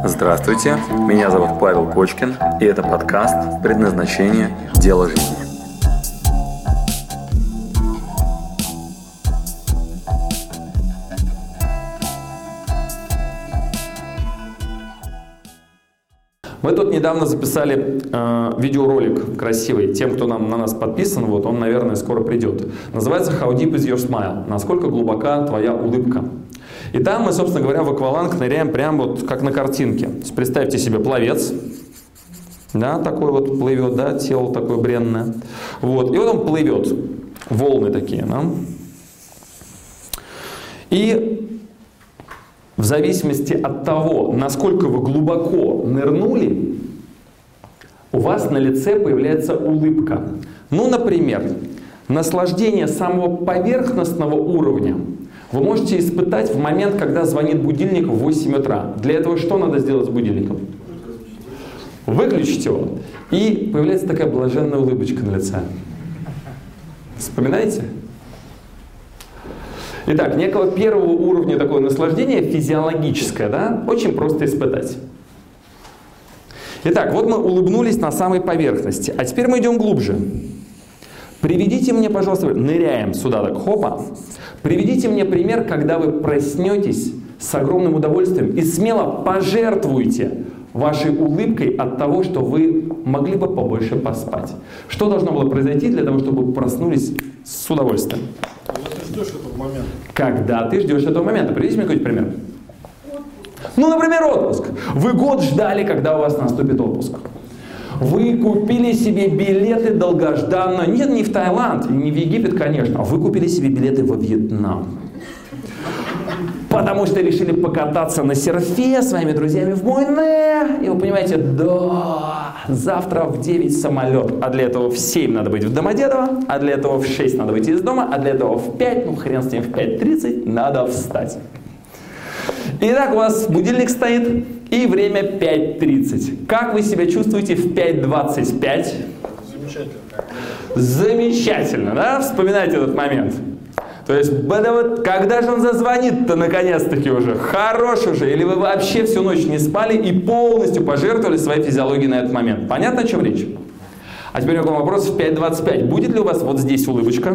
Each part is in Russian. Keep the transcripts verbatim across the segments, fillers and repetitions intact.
Здравствуйте, меня зовут Павел Кочкин, и это подкаст «Предназначение. Дело жизни». Мы тут недавно записали э, видеоролик красивый. Тем, кто нам, на нас подписан, вот, он, наверное, скоро придет. Называется «How deep is your smile?» Насколько глубока твоя улыбка? И там мы, собственно говоря, в акваланг ныряем прямо вот как на картинке. То есть представьте себе пловец. Да, такой вот плывет, да, тело такое бренное. Вот, и вот он плывет. Волны такие, да. И в зависимости от того, насколько вы глубоко нырнули, у вас на лице появляется улыбка. Ну, например, наслаждение самого поверхностного уровня вы можете испытать в момент, когда звонит будильник в восемь утра. Для этого что надо сделать с будильником? Выключить его. И появляется такая блаженная улыбочка на лице. Вспоминаете? Итак, некого первого уровня такое наслаждение физиологическое, да, очень просто испытать. Итак, вот мы улыбнулись на самой поверхности, а теперь мы идем глубже. Приведите мне, пожалуйста, ныряем сюда так, хопа. Приведите мне пример, когда вы проснетесь с огромным удовольствием и смело пожертвуете вашей улыбкой от того, что вы могли бы побольше поспать. Что должно было произойти для того, чтобы вы проснулись с удовольствием? Когда ты ждешь этого момента. Когда ты ждешь этого момента. Приведите мне какой-то пример. Ну, например, отпуск. Вы год ждали, когда у вас наступит отпуск. Вы купили себе билеты долгожданно. Нет, не в Таиланд, не в Египет, конечно. Вы купили себе билеты во Вьетнам. Потому что решили покататься на серфе с своими друзьями в Муйне. И вы понимаете, да, завтра в девять самолет. А для этого в семь надо быть в Домодедово. А для этого в шесть надо выйти из дома. А для этого в пять, ну хрен с ним, в пять тридцать надо встать. Итак, у вас будильник стоит. И время пять тридцать. Как вы себя чувствуете в пять двадцать пять? Замечательно. Замечательно, да? Вспоминайте этот момент. То есть, вот, когда же он зазвонит-то наконец-таки уже? Хорош уже. Или вы вообще всю ночь не спали и полностью пожертвовали своей физиологией на этот момент? Понятно, о чем речь? А теперь такой вопрос в пять двадцать пять. Будет ли у вас вот здесь улыбочка?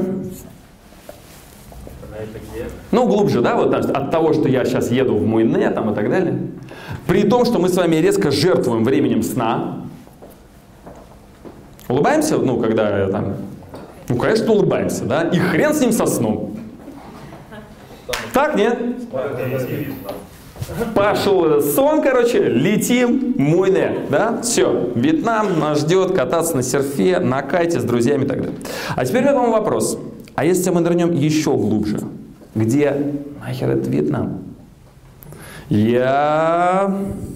Ну, глубже, да? Вот от того, что я сейчас еду в Муйне там, и так далее. При том, что мы с вами резко жертвуем временем сна. Улыбаемся? Ну, когда там... Ну, конечно, улыбаемся, да? И хрен с ним со сном. Так, нет? Пошел сон, короче, летим, Муйне, да? Все, Вьетнам нас ждет, кататься на серфе, на кайте с друзьями и так далее. А теперь к вам вопрос. А если мы нырнем еще глубже? Где нахер этот Вьетнам? Я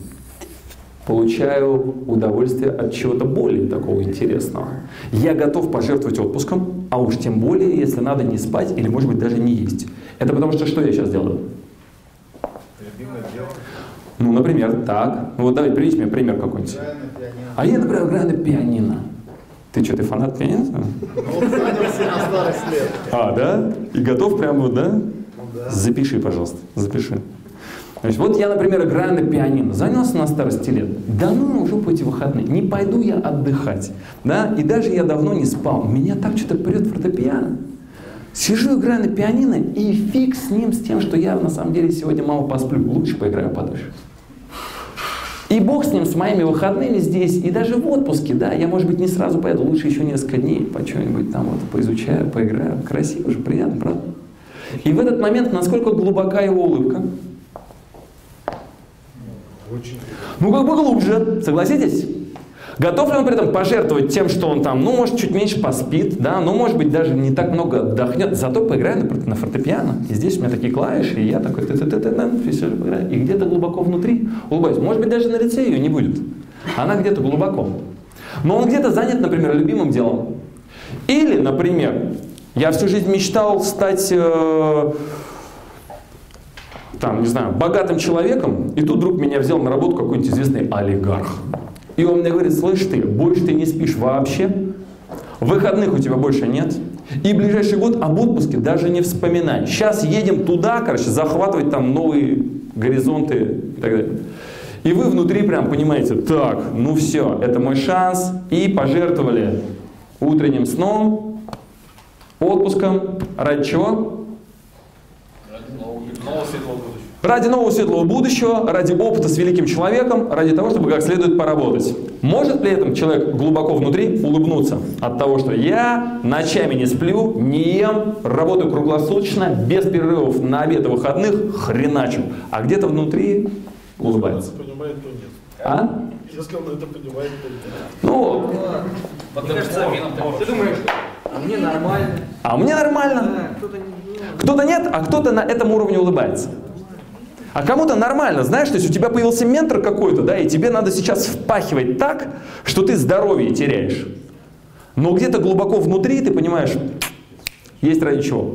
получаю удовольствие от чего-то более такого интересного. Я готов пожертвовать отпуском, а уж тем более, если надо не спать или, может быть, даже не есть. Это потому что что я сейчас делаю? Любимое дело. Ну, например, так. Ну, вот давай, приведите мне пример какой-нибудь. А я, например, играю на пианино. Ты что, ты фанат пианино? Ну, вот занялся на старость лет. А, да? И готов прямо вот, да? Ну, да. Запиши, пожалуйста, запиши. То есть, вот я, например, играю на пианино, занялся на старости лет. Да ну, уже по эти выходные. Не пойду я отдыхать. Да? И даже я давно не спал. Меня так что-то прет фортепиано. Сижу, играю на пианино, и фиг с ним, с тем, что я на самом деле сегодня мало посплю. Лучше поиграю подольше. И бог с ним, с моими выходными здесь, и даже в отпуске, да, я, может быть, не сразу поеду, лучше еще несколько дней по что-нибудь там вот поизучаю, поиграю. Красиво же, приятно, правда? И в этот момент, насколько глубока его улыбка? Очень. Ну, как бы глубже, согласитесь? Готов ли он при этом пожертвовать тем, что он там, ну, может, чуть меньше поспит, да, ну, может быть, даже не так много отдохнет, зато поиграю на, на фортепиано, и здесь у меня такие клавиши, и я такой, и где-то глубоко внутри улыбаюсь. Может быть, даже на лице ее не будет, она где-то глубоко. Но он где-то занят, например, любимым делом. Или, например, я всю жизнь мечтал стать... Э, там, не знаю, богатым человеком, и тут вдруг меня взял на работу какой-нибудь известный олигарх. И он мне говорит: слышь ты, больше ты не спишь вообще, выходных у тебя больше нет, и ближайший год об отпуске даже не вспоминай. Сейчас едем туда, короче, захватывать там новые горизонты и так далее. И вы внутри прям понимаете, так, ну все, это мой шанс. И пожертвовали утренним сном, отпуском. Ради чего? Ради нового, нового светлого будущего. Ради нового светлого будущего, ради опыта с великим человеком, ради того, чтобы как следует поработать. Может при этом человек глубоко внутри улыбнуться от того, что я ночами не сплю, не ем, работаю круглосуточно, без перерывов на обед и выходных, хреначу. А где-то внутри улыбается. Если он это понимает, то нет. А? Если он это понимает, то нет. Ну, Мне кажется, амином ты можешь. Ты думаешь, а мне нормально. а мне нормально. Да, кто-то не... Кто-то нет, а кто-то на этом уровне улыбается. А кому-то нормально, знаешь, то есть у тебя появился ментор какой-то, да, и тебе надо сейчас впахивать так, что ты здоровье теряешь. Но где-то глубоко внутри ты понимаешь, есть ради чего.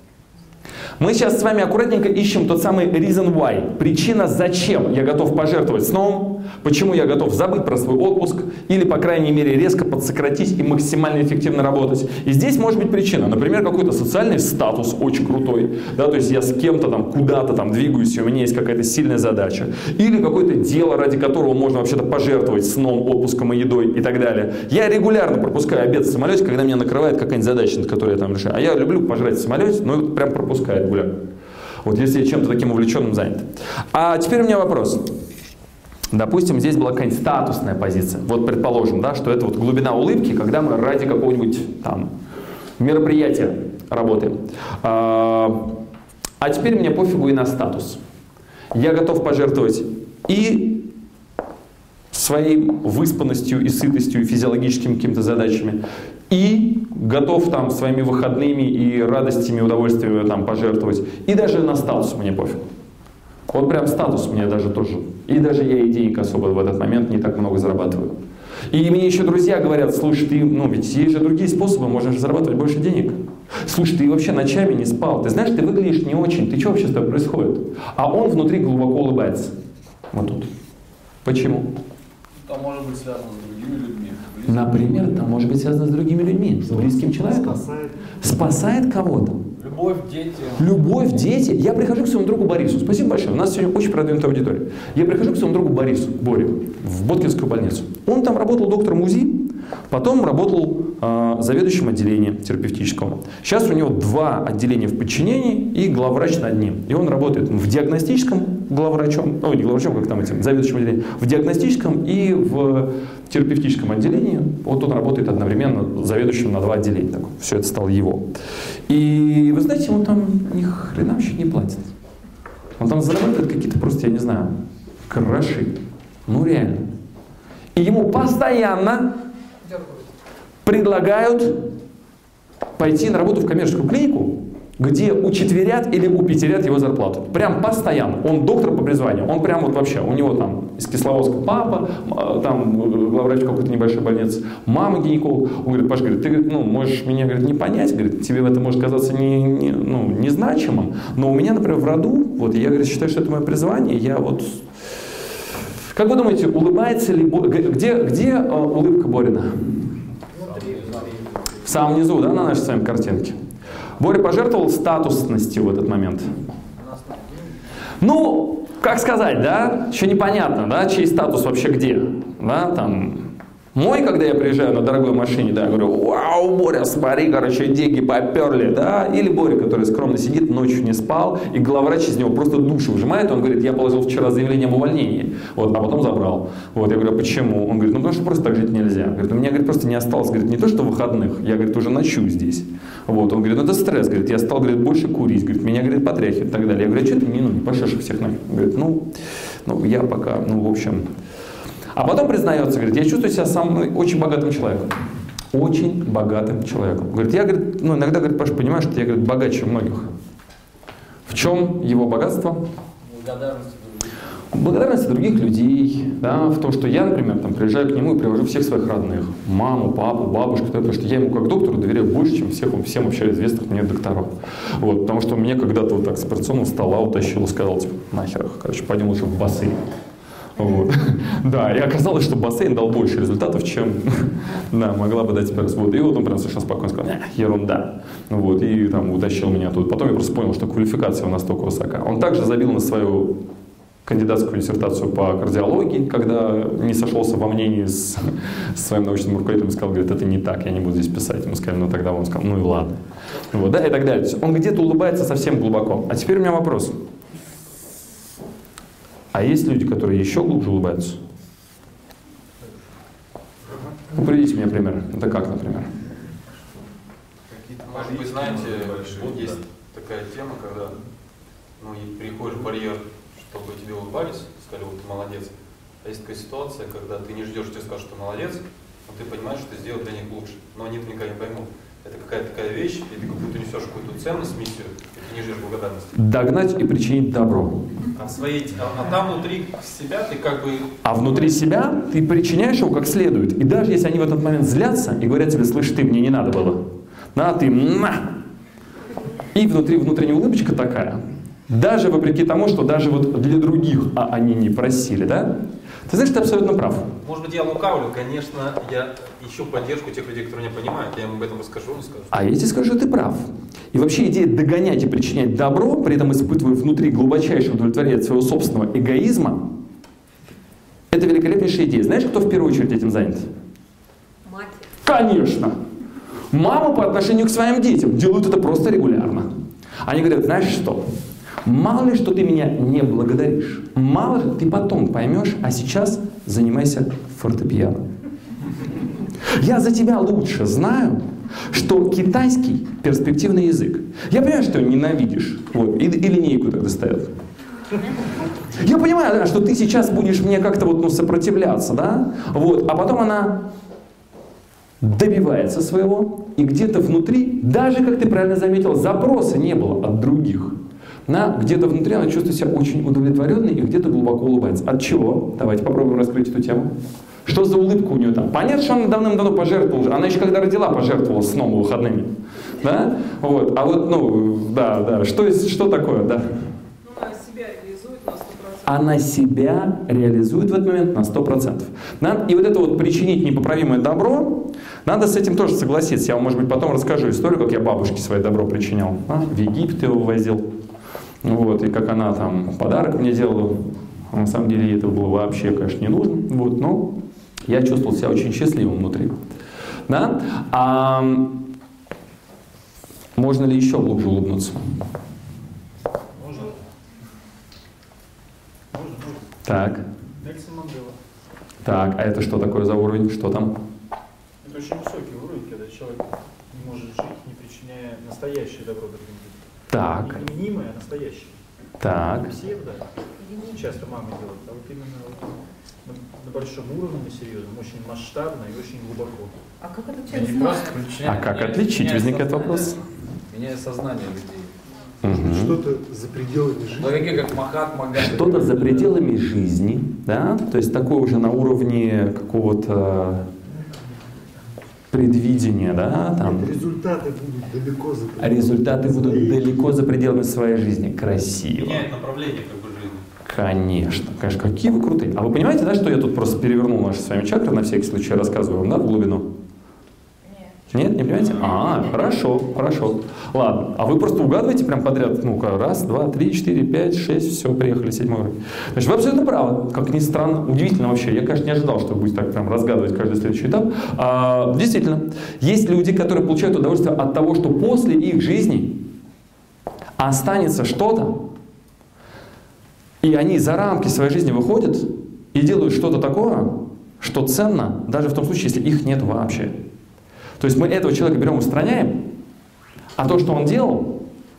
Мы сейчас с вами аккуратненько ищем тот самый reason why, причина, зачем я готов пожертвовать сном, почему я готов забыть про свой отпуск или, по крайней мере, резко подсократить и максимально эффективно работать. И здесь может быть причина, например, какой-то социальный статус очень крутой, да, то есть я с кем-то там куда-то там двигаюсь, и у меня есть какая-то сильная задача, или какое-то дело, ради которого можно вообще-то пожертвовать сном, отпуском и едой и так далее. Я регулярно пропускаю обед в самолете, когда меня накрывает какая-нибудь задача, над которой я там решаю. А я люблю пожрать в самолете, но вот прям пропускаю регулярно. Вот если я чем-то таким увлеченным занят. А теперь у меня вопрос. Допустим, здесь была какая-нибудь статусная позиция. Вот предположим, да, что это вот глубина улыбки, когда мы ради какого-нибудь там мероприятия работаем. А, а теперь мне пофигу и на статус. Я готов пожертвовать и своей выспанностью и сытостью и физиологическими какими-то задачами, и готов там своими выходными и радостями, удовольствиями там пожертвовать, и даже на статус мне пофиг. Вот прям статус мне даже тоже. И даже я и денег особо в этот момент не так много зарабатываю. И мне еще друзья говорят, слушай, ты, ну ведь есть же другие способы, можно же зарабатывать больше денег. Слушай, ты вообще ночами не спал, ты знаешь, ты выглядишь не очень, ты что вообще с тобой происходит? А он внутри глубоко улыбается. Вот тут. Почему? Там может быть связано с другими людьми. Например, там может быть связано с другими людьми, с близким человеком. Спасает. Спасает кого-то. Любовь, дети. Любовь, дети. Я прихожу к своему другу Борису. Спасибо большое. У нас сегодня очень продвинутая аудитория. Я прихожу к своему другу Борису, Боре, в Боткинскую больницу. Он там работал доктором УЗИ, потом работал э, заведующим отделением терапевтического. Сейчас у него два отделения в подчинении и главврач над ним. И он работает в диагностическом главврачом, ну не главврачом, как там этим, заведующим отделением, в диагностическом и в терапевтическом отделении. Вот он работает одновременно заведующим на два отделения. Так, все это стало его. И вы знаете, он там ни хрена вообще не платит. Он там зарабатывает какие-то просто, я не знаю, гроши. Ну реально. И ему постоянно предлагают пойти на работу в коммерческую клинику, где учетверят или упятерят его зарплату. Прям постоянно. Он доктор по призванию. Он прям вот вообще, у него там из Кисловодска папа, там главврач какой-то небольшой больницы, мама гинеколог. Он говорит, Паш, говорит, ты говорит, ну, можешь меня говорит, не понять, говорит, тебе это может казаться не, не, ну, незначимым, но у меня, например, в роду, вот, я говорит, считаю, что это мое призвание, я вот... Как вы думаете, улыбается ли... Где, где э, улыбка Борина? В самом низу, да, на нашей с вами картинке? Боря пожертвовал статусностью в этот момент. Ну, как сказать, да? Еще непонятно, да, чей статус вообще где. Да, там... Мой, когда я приезжаю на дорогой машине, да, я говорю, вау, Боря, смотри, короче, деньги поперли, да, или Боря, который скромно сидит, ночью не спал, и главврач из него просто душу выжимает, он говорит, я положил вчера заявление об увольнении, вот, а потом забрал. Вот, я говорю, а почему? Он говорит, ну, потому что просто так жить нельзя. Говорит, у меня, говорит, просто не осталось, говорит, не то, что выходных, я, говорит, уже ночую здесь. Вот, он говорит, ну, это стресс, говорит, я стал, говорит, больше курить, говорит, меня, говорит, потряхивает и так далее. Я говорю, а что ты не, ну, не пошлешь их всех нахер? Он говорит, ну, ну, я пока, ну, в общем... А потом признается, говорит, я чувствую себя самым очень богатым человеком. Очень богатым человеком. Говорит, я, говорит, ну, иногда, говорит, Паша, понимаешь, что я, говорит, богаче многих. В чем его богатство? Благодарность других. Благодарность других людей, да, в том, что я, например, там, приезжаю к нему и привожу всех своих родных. Маму, папу, бабушку, потому что я ему как доктору доверяю больше, чем всех, всем вообще известных мне докторов. Вот, потому что мне когда-то вот так с операционного стола утащил и сказал, типа, нахер, короче, пойдем лучше в бассейн. Вот. Да, и оказалось, что бассейн дал больше результатов, чем да, могла бы дать операция. Вот. И вот он прям совершенно спокойно сказал, ерунда. Вот. И там утащил меня тут. Потом я просто понял, что квалификация у нас настолько высока. Он также забил на свою кандидатскую диссертацию по кардиологии, когда не сошелся во мнении с, с своим научным руководителем и сказал, говорит, это не так, я не буду здесь писать. Ему сказали, ну тогда он сказал, ну и ладно. Вот, да, и так далее. То есть он где-то улыбается совсем глубоко. А теперь у меня вопрос. А есть люди, которые еще глубже улыбаются? Ну, приведите мне пример. Это как, например? Может быть, знаете, вот есть такая тема, когда ну, и переходишь барьер, чтобы тебе улыбались, сказали, вот ты молодец. А есть такая ситуация, когда ты не ждешь, что тебе скажут, что ты молодец, но ты понимаешь, что ты сделал для них лучше. Но они это никогда не поймут. Это какая-то такая вещь, и ты как будто несешь какую-то ценность, миссию, и ты не ждешь благодарности. Догнать и причинить добро. А, свои, а, а там внутри себя ты как бы... А внутри себя ты причиняешь его как следует. И даже если они в этот момент злятся и говорят тебе, слышь, ты, мне не надо было. На, ты, на. И внутри внутренняя улыбочка такая. Даже вопреки тому, что даже вот для других а они не просили, да? Ты знаешь, ты абсолютно прав. Может быть, я лукавлю, конечно, я ищу поддержку тех людей, которые меня понимают, я им об этом расскажу, он скажет. А я тебе скажу, ты прав. И вообще идея догонять и причинять добро, при этом испытывая внутри глубочайшее удовлетворение от своего собственного эгоизма, это великолепнейшая идея. Знаешь, кто в первую очередь этим занят? Мать. Конечно! Мамы по отношению к своим детям делают это просто регулярно. Они говорят, знаешь что? Мало ли, что ты меня не благодаришь. Мало ли, ты потом поймешь, а сейчас занимайся фортепиано. Я за тебя лучше знаю, что китайский перспективный язык. Я понимаю, что ненавидишь. Вот, и, и линейку тогда ставят. Я понимаю, да, что ты сейчас будешь мне как-то вот, ну, сопротивляться, да? Вот, а потом она добивается своего, и где-то внутри, даже, как ты правильно заметил, запроса не было от других. На, где-то внутри она чувствует себя очень удовлетворенной и где-то глубоко улыбается. От чего? Давайте попробуем раскрыть эту тему. Что за улыбка у нее там? Понятно, что она давным-давно пожертвовала. Она еще когда родила, пожертвовала сном и выходными. Да? Вот. А вот, ну, да, да. Что, что такое, да? Ну, она себя реализует на сто процентов. Она себя реализует в этот момент на сто процентов. Да? И вот это вот причинить непоправимое добро, надо с этим тоже согласиться. Я вам, может быть, потом расскажу историю, как я бабушке свое добро причинял. А? В Египет его возил. Вот, и как она там подарок мне делала, на самом деле ей этого было вообще, конечно, не нужно, вот, но я чувствовал себя очень счастливым внутри. Да? А можно ли еще глубже улыбнуться? Можно? Можно, можно. Так, Нельсон Мандела. так, а это что такое за уровень, что там? Это очень высокий уровень, когда человек не может жить, не причиняя настоящее добро другим людям. Так, Не мнимое, а настоящее. так, Не псевдо, часто мамы делают, а вот именно вот на, на большом уровне, на серьезном, очень масштабно и очень глубоко. А как это Да не через просто мать? а как отличить, возникает вопрос? Меняет сознание людей. Мгм. Что-то за пределами жизни. Но такие как Махатма Ганди. Что-то за пределами жизни, да, то есть такое уже на уровне какого-то предвидения, да, там. Результаты будут далеко за пределами. Результаты будут своей. далеко за пределами своей жизни. Красиво. Меняет направление как бы жизни. Конечно, конечно, какие вы крутые. А вы понимаете, да, что я тут просто перевернул наши с вами чакры, на всякий случай рассказываю вам, да, в глубину? Нет, не понимаете? А, хорошо, хорошо. Ладно, а вы просто угадываете прям подряд, ну-ка, раз, два, три, четыре, пять, шесть, все, приехали, седьмой уровень. Значит, вы абсолютно правы, как ни странно, удивительно вообще. Я, конечно, не ожидал, что вы будете так прям разгадывать каждый следующий этап. А, действительно, есть люди, которые получают удовольствие от того, что после их жизни останется что-то, и они за рамки своей жизни выходят и делают что-то такое, что ценно даже в том случае, если их нет вообще. То есть мы этого человека берем и устраняем, а то, что он делал,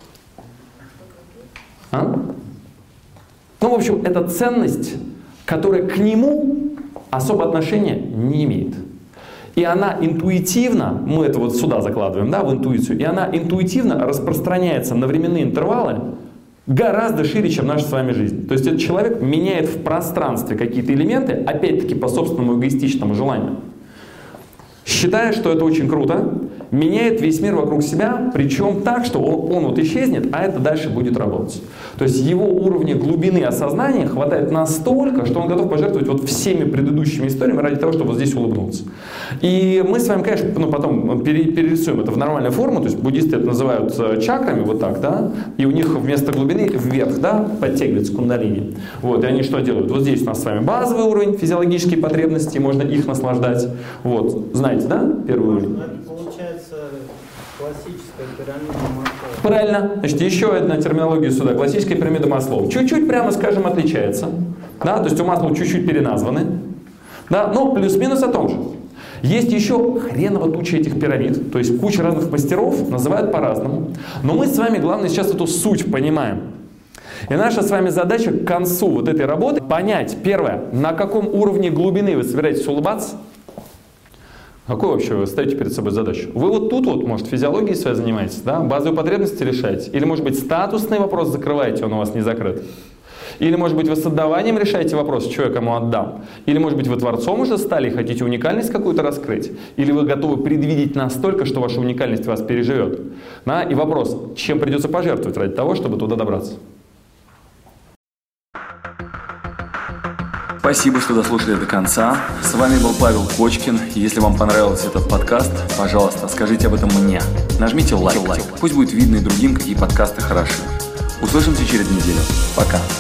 а? ну, в общем, это ценность, которая к нему особо отношения не имеет. И она интуитивно, мы это вот сюда закладываем, да, в интуицию, и она интуитивно распространяется на временные интервалы гораздо шире, чем наша с вами жизнь. То есть этот человек меняет в пространстве какие-то элементы, опять-таки по собственному эгоистичному желанию. Считая, что это очень круто, меняет весь мир вокруг себя, причем так, что он, он вот исчезнет, а это дальше будет работать. То есть его уровня глубины осознания хватает настолько, что он готов пожертвовать вот всеми предыдущими историями ради того, чтобы вот здесь улыбнуться. И мы с вами, конечно, ну, потом пере, перерисуем это в нормальную форму, то есть буддисты это называют чакрами, вот так, да, и у них вместо глубины вверх, да, подтягивается кундалини. Вот, и они что делают? Вот здесь у нас с вами базовый уровень, физиологические потребности, можно их наслаждать. Вот, знаете, да, первый уровень? Получается классическая пирамида Маслоу. Правильно. Значит, еще одна терминология сюда. Классическая пирамида Маслоу. Чуть-чуть, прямо скажем, отличается. Да, то есть у Маслоу чуть-чуть переназваны. Да, но плюс-минус о том же. Есть еще хреново туча этих пирамид. То есть куча разных мастеров называют по-разному. Но мы с вами, главное, сейчас эту суть понимаем. И наша с вами задача к концу вот этой работы понять, первое, на каком уровне глубины вы собираетесь улыбаться. Какую вообще вы ставите перед собой задачу? Вы вот тут вот, может, физиологией своей занимаетесь, да? Базовые потребности решаете? Или, может быть, статусный вопрос закрываете, он у вас не закрыт? Или, может быть, вы с отдаванием решаете вопрос, что я кому отдам? Или, может быть, вы творцом уже стали и хотите уникальность какую-то раскрыть? Или вы готовы предвидеть настолько, что ваша уникальность вас переживет? Да? И вопрос, чем придется пожертвовать ради того, чтобы туда добраться? Спасибо, что дослушали до конца. С вами был Павел Кочкин. Если вам понравился этот подкаст, пожалуйста, скажите об этом мне. Нажмите лайк. Пусть будет видно и другим, какие подкасты хороши. Услышимся через неделю. Пока.